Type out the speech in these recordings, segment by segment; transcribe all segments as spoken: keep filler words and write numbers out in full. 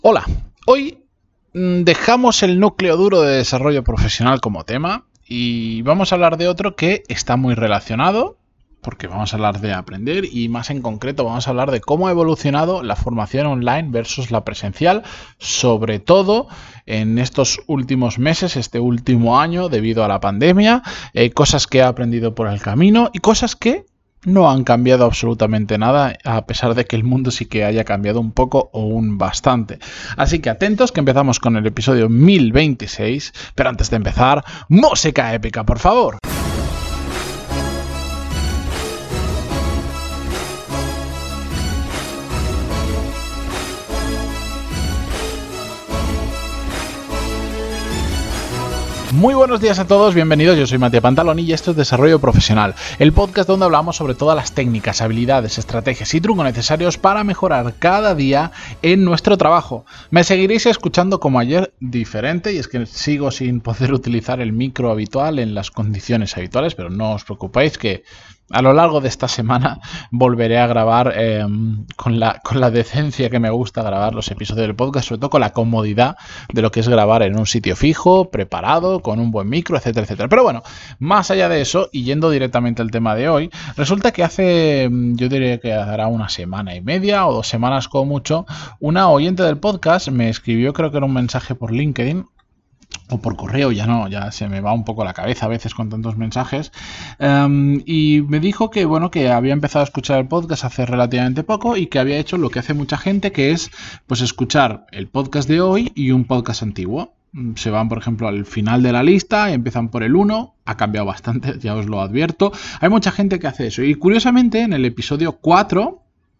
Hola, hoy mm, dejamos el núcleo duro de desarrollo profesional como tema y vamos a hablar de otro que está muy relacionado, porque vamos a hablar de aprender y más en concreto vamos a hablar de cómo ha evolucionado la formación online versus la presencial, sobre todo en estos últimos meses, este último año debido a la pandemia, eh, cosas que he aprendido por el camino y cosas que no han cambiado absolutamente nada, a pesar de que el mundo sí que haya cambiado un poco o un bastante. Así que atentos que empezamos con el episodio mil veintiséis, pero antes de empezar, música épica, por favor. Muy buenos días a todos, bienvenidos, yo soy Matías Pantaloni y esto es Desarrollo Profesional, el podcast donde hablamos sobre todas las técnicas, habilidades, estrategias y trucos necesarios para mejorar cada día en nuestro trabajo. Me seguiréis escuchando como ayer diferente y es que sigo sin poder utilizar el micro habitual en las condiciones habituales, pero no os preocupéis que a lo largo de esta semana volveré a grabar eh, con, la, con la decencia que me gusta grabar los episodios del podcast, sobre todo con la comodidad de lo que es grabar en un sitio fijo, preparado, con un buen micro, etcétera, etcétera. Pero bueno, más allá de eso, y yendo directamente al tema de hoy, resulta que hace, yo diría que hará una semana y media o dos semanas como mucho, una oyente del podcast me escribió, creo que era un mensaje por LinkedIn, o por correo, ya no, ya se me va un poco la cabeza a veces con tantos mensajes, um, y me dijo que bueno, que había empezado a escuchar el podcast hace relativamente poco y que había hecho lo que hace mucha gente, que es pues escuchar el podcast de hoy y un podcast antiguo. Se van, por ejemplo, al final de la lista, empiezan por el uno, ha cambiado bastante, ya os lo advierto. Hay mucha gente que hace eso y curiosamente en el episodio cuatro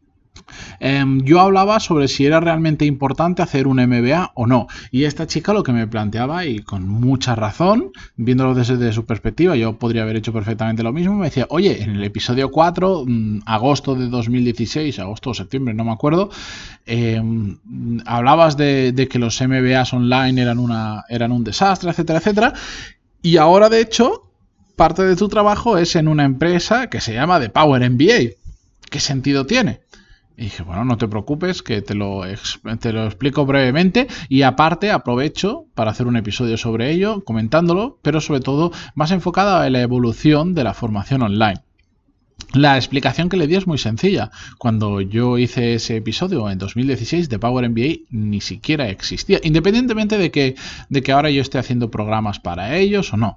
Eh, yo hablaba sobre si era realmente importante hacer un M B A o no. Y esta chica lo que me planteaba, y con mucha razón, viéndolo desde su perspectiva, yo podría haber hecho perfectamente lo mismo, me decía, oye, en el episodio cuatro, mmm, agosto de dos mil dieciséis, agosto o septiembre, no me acuerdo, eh, hablabas de, de que los M B As online eran, una, eran un desastre, etcétera, etcétera. Y ahora, de hecho, parte de tu trabajo es en una empresa que se llama The Power M B A. ¿Qué sentido tiene? Y dije, bueno, no te preocupes, que te lo, te lo explico brevemente y aparte aprovecho para hacer un episodio sobre ello, comentándolo, pero sobre todo más enfocada en la evolución de la formación online. La explicación que le di es muy sencilla. Cuando yo hice ese episodio en dos mil dieciséis, The Power M B A ni siquiera existía, independientemente de que, de que ahora yo esté haciendo programas para ellos o no.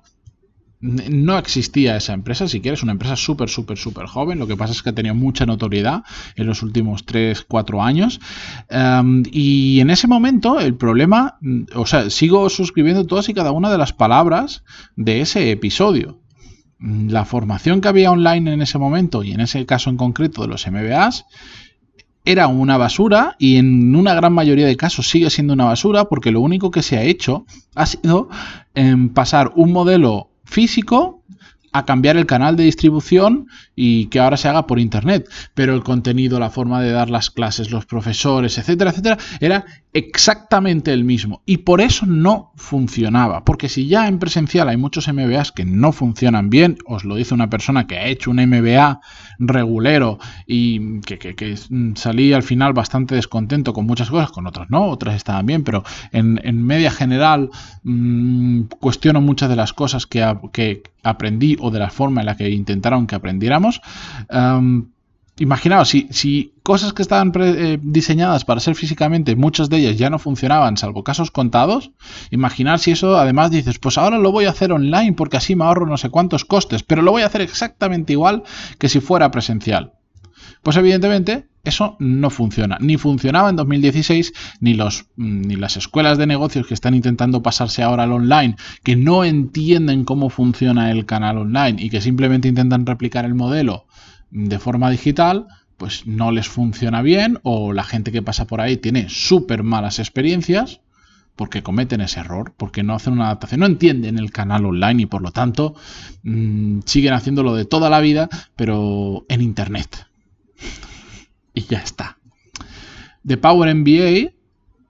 No existía esa empresa, si quieres, una empresa súper, súper, súper joven. Lo que pasa es que ha tenido mucha notoriedad en los últimos tres, cuatro años. Um, y en ese momento el problema, o sea, sigo suscribiendo todas y cada una de las palabras de ese episodio. La formación que había online en ese momento, y en ese caso en concreto de los M B As, era una basura y en una gran mayoría de casos sigue siendo una basura porque lo único que se ha hecho ha sido eh, pasar un modelo físico a cambiar el canal de distribución y que ahora se haga por internet, pero el contenido, la forma de dar las clases, los profesores, etcétera, etcétera, era exactamente el mismo y por eso no funcionaba, porque si ya en presencial hay muchos M B As que no funcionan bien, os lo dice una persona que ha hecho un M B A regulero y que, que, que salí al final bastante descontento con muchas cosas, con otras no, otras estaban bien, pero en, en media general mmm, cuestiono muchas de las cosas que, que aprendí o de la forma en la que intentaron que aprendiéramos. Um, Imaginaos, si, si cosas que estaban pre, eh, diseñadas para ser físicamente, muchas de ellas ya no funcionaban, salvo casos contados, imaginar si eso además dices, pues ahora lo voy a hacer online porque así me ahorro no sé cuántos costes, pero lo voy a hacer exactamente igual que si fuera presencial. Pues evidentemente eso no funciona, ni funcionaba en dos mil dieciséis, ni, los, ni las escuelas de negocios que están intentando pasarse ahora al online, que no entienden cómo funciona el canal online y que simplemente intentan replicar el modelo de forma digital, pues no les funciona bien, o la gente que pasa por ahí tiene súper malas experiencias porque cometen ese error, porque no hacen una adaptación, no entienden el canal online y por lo tanto mmm, siguen haciéndolo de toda la vida, pero en internet. Y ya está. The Power M B A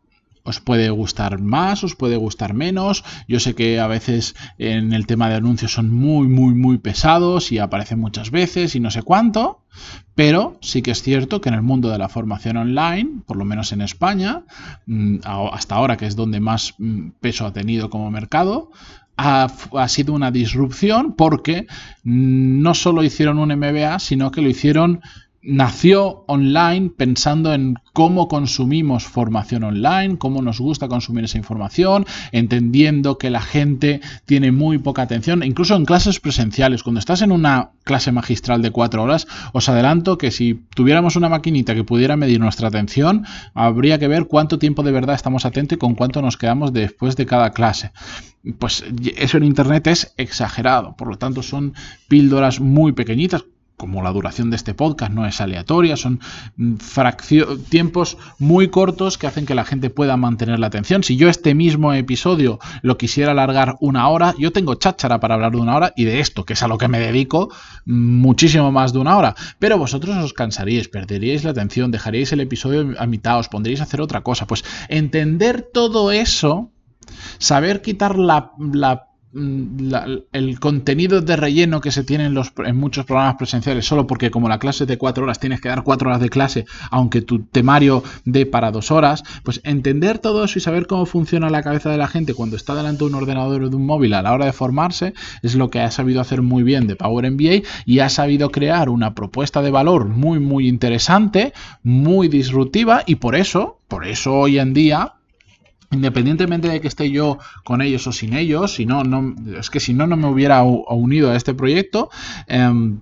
Os puede gustar más, os puede gustar menos. Yo sé que a veces en el tema de anuncios son muy, muy, muy pesados y aparecen muchas veces y no sé cuánto, pero sí que es cierto que en el mundo de la formación online, por lo menos en España, hasta ahora que es donde más peso ha tenido como mercado, ha, ha sido una disrupción porque no solo hicieron un M B A, sino que lo hicieron... Nació online pensando en cómo consumimos formación online, cómo nos gusta consumir esa información, entendiendo que la gente tiene muy poca atención, incluso en clases presenciales. Cuando estás en una clase magistral de cuatro horas, os adelanto que si tuviéramos una maquinita que pudiera medir nuestra atención, habría que ver cuánto tiempo de verdad estamos atentos y con cuánto nos quedamos después de cada clase. Pues eso en Internet es exagerado, por lo tanto son píldoras muy pequeñitas. Como la duración de este podcast no es aleatoria, son tiempos muy cortos que hacen que la gente pueda mantener la atención. Si yo este mismo episodio lo quisiera alargar una hora, yo tengo cháchara para hablar de una hora y de esto, que es a lo que me dedico, muchísimo más de una hora. Pero vosotros os cansaríais, perderíais la atención, dejaríais el episodio a mitad, os pondríais a hacer otra cosa. Pues entender todo eso, saber quitar la... la La, el contenido de relleno que se tiene en, los, en muchos programas presenciales, solo porque como la clase es de cuatro horas tienes que dar cuatro horas de clase, aunque tu temario dé para dos horas, pues entender todo eso y saber cómo funciona la cabeza de la gente cuando está delante de un ordenador o de un móvil a la hora de formarse, es lo que ha sabido hacer muy bien de Power M B A y ha sabido crear una propuesta de valor muy muy interesante, muy disruptiva y por eso, por eso hoy en día, independientemente de que esté yo con ellos o sin ellos, si no, no, es que si no, no me hubiera unido a este proyecto, eh,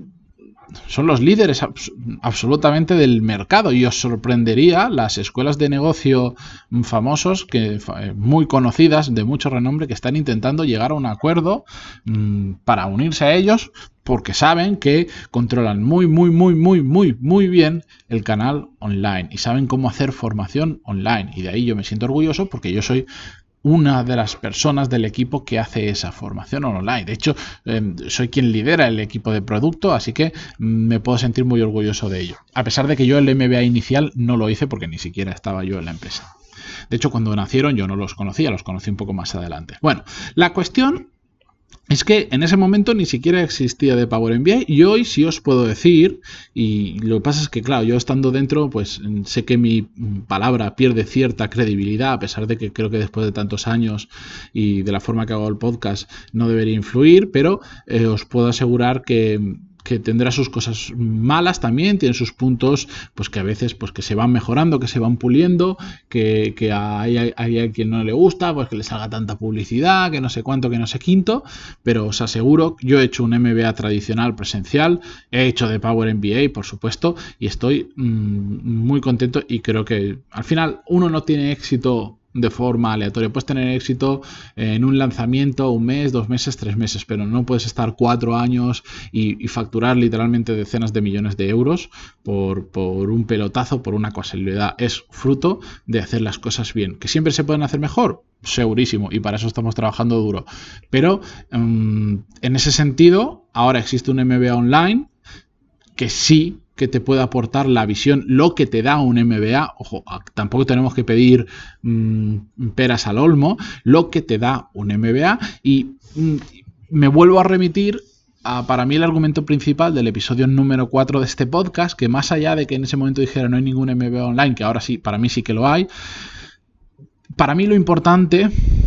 son los líderes abs- absolutamente del mercado y os sorprendería las escuelas de negocio famosos, que, muy conocidas, de mucho renombre, que están intentando llegar a un acuerdo mmm, para unirse a ellos porque saben que controlan muy, muy, muy, muy, muy, muy bien el canal online y saben cómo hacer formación online. Y de ahí yo me siento orgulloso porque yo soy una de las personas del equipo que hace esa formación online. De hecho, eh, soy quien lidera el equipo de producto, así que me puedo sentir muy orgulloso de ello. A pesar de que yo el M B A inicial no lo hice porque ni siquiera estaba yo en la empresa. De hecho, cuando nacieron yo no los conocía, los conocí un poco más adelante. Bueno, la cuestión es que en ese momento ni siquiera existía de Power M B A y hoy sí os puedo decir, y lo que pasa es que claro, yo estando dentro pues sé que mi palabra pierde cierta credibilidad, a pesar de que creo que después de tantos años y de la forma que hago el podcast no debería influir, pero eh, os puedo asegurar que que tendrá sus cosas malas también, tiene sus puntos pues que a veces pues que se van mejorando, que se van puliendo, que, que hay, hay, hay a quien no le gusta, pues que le salga tanta publicidad, que no sé cuánto, que no sé quinto, pero os aseguro, yo he hecho un M B A tradicional presencial, he hecho de Power M B A, por supuesto, y estoy mmm, muy contento y creo que al final uno no tiene éxito de forma aleatoria. Puedes tener éxito en un lanzamiento, un mes, dos meses, tres meses, pero no puedes estar cuatro años y, y facturar literalmente decenas de millones de euros por, por un pelotazo, por una casualidad. Es fruto de hacer las cosas bien. ¿Que siempre se pueden hacer mejor? Segurísimo, y para eso estamos trabajando duro. Pero um, en ese sentido, ahora existe un M B A online que sí que te puede aportar la visión, lo que te da un M B A, ojo, tampoco tenemos que pedir mmm, peras al olmo, lo que te da un M B A y mmm, me vuelvo a remitir a, para mí el argumento principal del episodio número cuatro de este podcast, que más allá de que en ese momento dijera no hay ningún M B A online, que ahora sí, para mí sí que lo hay, para mí lo importante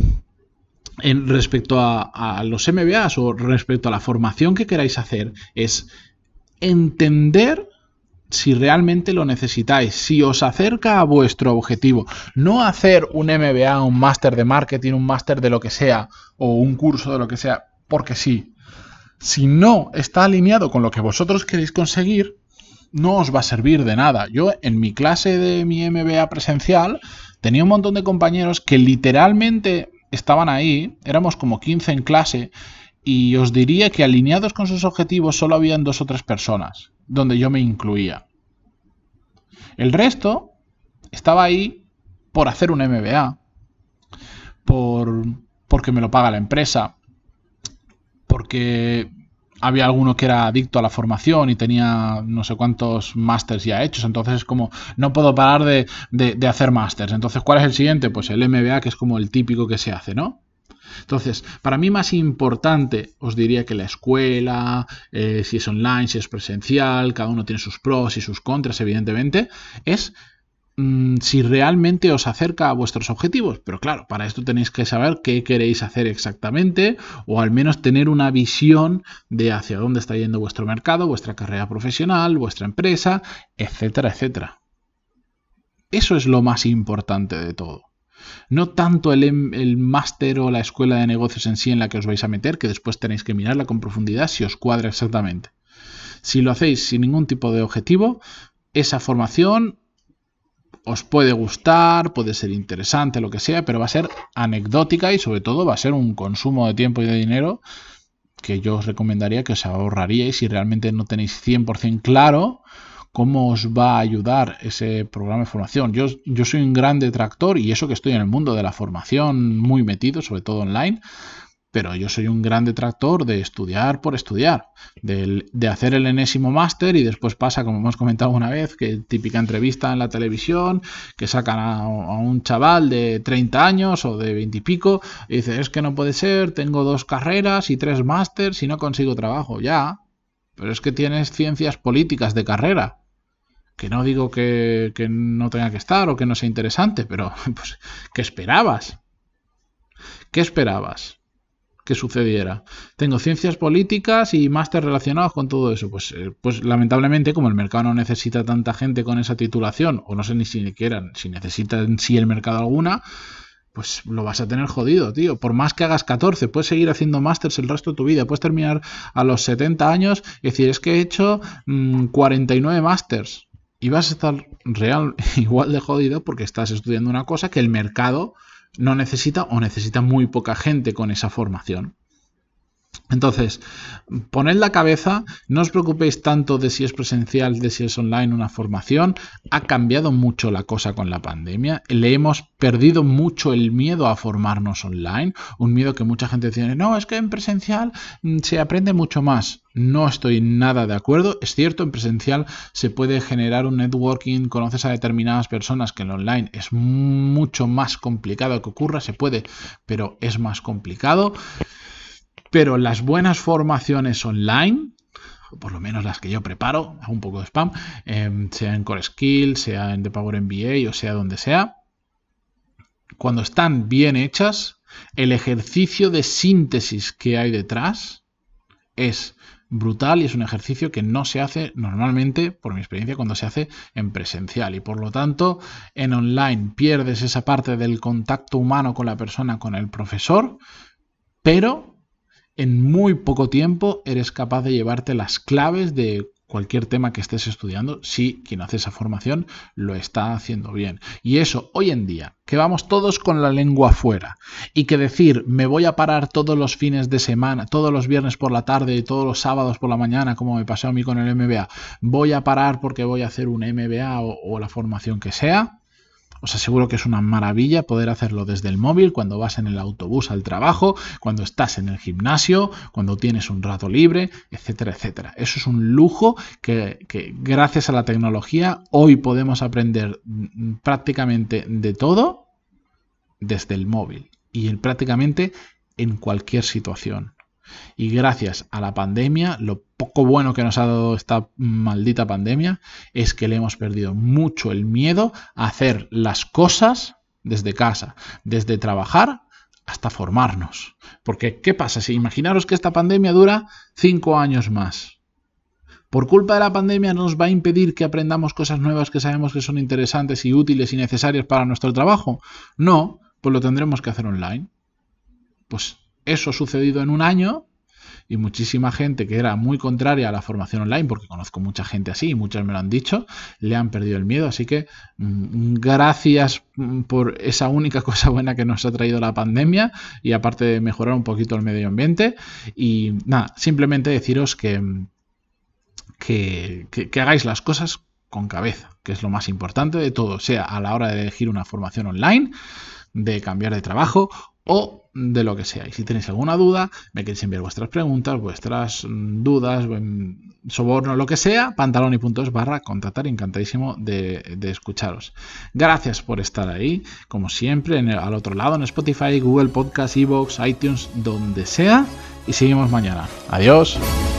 en respecto a, a los M B As o respecto a la formación que queráis hacer es entender si realmente lo necesitáis, si os acerca a vuestro objetivo. No hacer un M B A, un máster de marketing, un máster de lo que sea, o un curso de lo que sea, porque sí. Si no está alineado con lo que vosotros queréis conseguir, no os va a servir de nada. Yo en mi clase de mi M B A presencial tenía un montón de compañeros que literalmente estaban ahí, éramos como quince en clase, y os diría que alineados con sus objetivos solo habían dos o tres personas, donde yo me incluía. El resto estaba ahí por hacer un M B A, por, porque me lo paga la empresa, porque había alguno que era adicto a la formación y tenía no sé cuántos másters ya hechos, entonces es como, no puedo parar de, de, de hacer másters. Entonces, ¿cuál es el siguiente? Pues el M B A, que es como el típico que se hace, ¿no? Entonces, para mí más importante, os diría que la escuela, eh, si es online, si es presencial, cada uno tiene sus pros y sus contras, evidentemente, es mmm, si realmente os acerca a vuestros objetivos. Pero claro, para esto tenéis que saber qué queréis hacer exactamente, o al menos tener una visión de hacia dónde está yendo vuestro mercado, vuestra carrera profesional, vuestra empresa, etcétera, etcétera. Eso es lo más importante de todo. No tanto el, el máster o la escuela de negocios en sí en la que os vais a meter, que después tenéis que mirarla con profundidad si os cuadra exactamente. Si lo hacéis sin ningún tipo de objetivo, esa formación os puede gustar, puede ser interesante, lo que sea, pero va a ser anecdótica y sobre todo va a ser un consumo de tiempo y de dinero que yo os recomendaría que os ahorraríais si realmente no tenéis cien por ciento claro cómo os va a ayudar ese programa de formación. Yo, yo soy un gran detractor, y eso que estoy en el mundo de la formación muy metido, sobre todo online, pero yo soy un gran detractor de estudiar por estudiar, de, de hacer el enésimo máster y después pasa, como hemos comentado una vez, que típica entrevista en la televisión, que sacan a, a un chaval de treinta años o de veinte y pico y dice, es que no puede ser, tengo dos carreras y tres másters y no consigo trabajo. Ya, pero es que tienes ciencias políticas de carrera. Que no digo que, que no tenga que estar o que no sea interesante, pero pues, ¿qué esperabas? ¿Qué esperabas que sucediera? Tengo ciencias políticas y máster relacionados con todo eso. Pues, eh, pues lamentablemente, como el mercado no necesita tanta gente con esa titulación, o no sé ni siquiera si necesita en sí el mercado alguna, pues lo vas a tener jodido, tío. Por más que hagas catorce, puedes seguir haciendo másters el resto de tu vida. Puedes terminar a los setenta años y decir, es que he hecho mmm, cuarenta y nueve másters. Y vas a estar real igual de jodido porque estás estudiando una cosa que el mercado no necesita o necesita muy poca gente con esa formación. Entonces, poned la cabeza, no os preocupéis tanto de si es presencial, de si es online una formación. Ha cambiado mucho la cosa con la pandemia. Le hemos perdido mucho el miedo a formarnos online. Un miedo que mucha gente dice, no, es que en presencial se aprende mucho más. No estoy nada de acuerdo. Es cierto, en presencial se puede generar un networking, conoces a determinadas personas, que en online es mucho más complicado que ocurra. Se puede, pero es más complicado. Pero las buenas formaciones online, por lo menos las que yo preparo, hago un poco de spam, eh, sea en Core Skills, sea en The Power M B A o sea donde sea, cuando están bien hechas, el ejercicio de síntesis que hay detrás es brutal y es un ejercicio que no se hace normalmente, por mi experiencia, cuando se hace en presencial, y por lo tanto en online pierdes esa parte del contacto humano con la persona, con el profesor, pero en muy poco tiempo eres capaz de llevarte las claves de cualquier tema que estés estudiando si quien hace esa formación lo está haciendo bien. Y eso, hoy en día, que vamos todos con la lengua afuera y que decir me voy a parar todos los fines de semana, todos los viernes por la tarde y todos los sábados por la mañana, como me pasó a mí con el M B A, voy a parar porque voy a hacer un M B A o, o la formación que sea. Os aseguro que es una maravilla poder hacerlo desde el móvil, cuando vas en el autobús al trabajo, cuando estás en el gimnasio, cuando tienes un rato libre, etcétera, etcétera. Eso es un lujo que, que gracias a la tecnología hoy podemos aprender prácticamente de todo desde el móvil y en prácticamente en cualquier situación. Y gracias a la pandemia, lo poco bueno que nos ha dado esta maldita pandemia es que le hemos perdido mucho el miedo a hacer las cosas desde casa, desde trabajar hasta formarnos. Porque, ¿qué pasa? Si imaginaros que esta pandemia dura cinco años más. ¿Por culpa de la pandemia nos va a impedir que aprendamos cosas nuevas que sabemos que son interesantes y útiles y necesarias para nuestro trabajo? No, pues lo tendremos que hacer online. Pues eso ha sucedido en un año y muchísima gente que era muy contraria a la formación online, porque conozco mucha gente así y muchos me lo han dicho, le han perdido el miedo. Así que mmm, gracias por esa única cosa buena que nos ha traído la pandemia y aparte de mejorar un poquito el medio ambiente. Y nada, simplemente deciros que, que, que, que hagáis las cosas con cabeza, que es lo más importante de todo, sea a la hora de elegir una formación online, de cambiar de trabajo o de lo que sea. Y si tenéis alguna duda, me queréis enviar vuestras preguntas, vuestras dudas, soborno, lo que sea, pantaloni.es barra contactar, encantadísimo de, de escucharos. Gracias por estar ahí, como siempre, en el, al otro lado, en Spotify, Google Podcast, iVoox, iTunes, donde sea, y seguimos mañana. Adiós.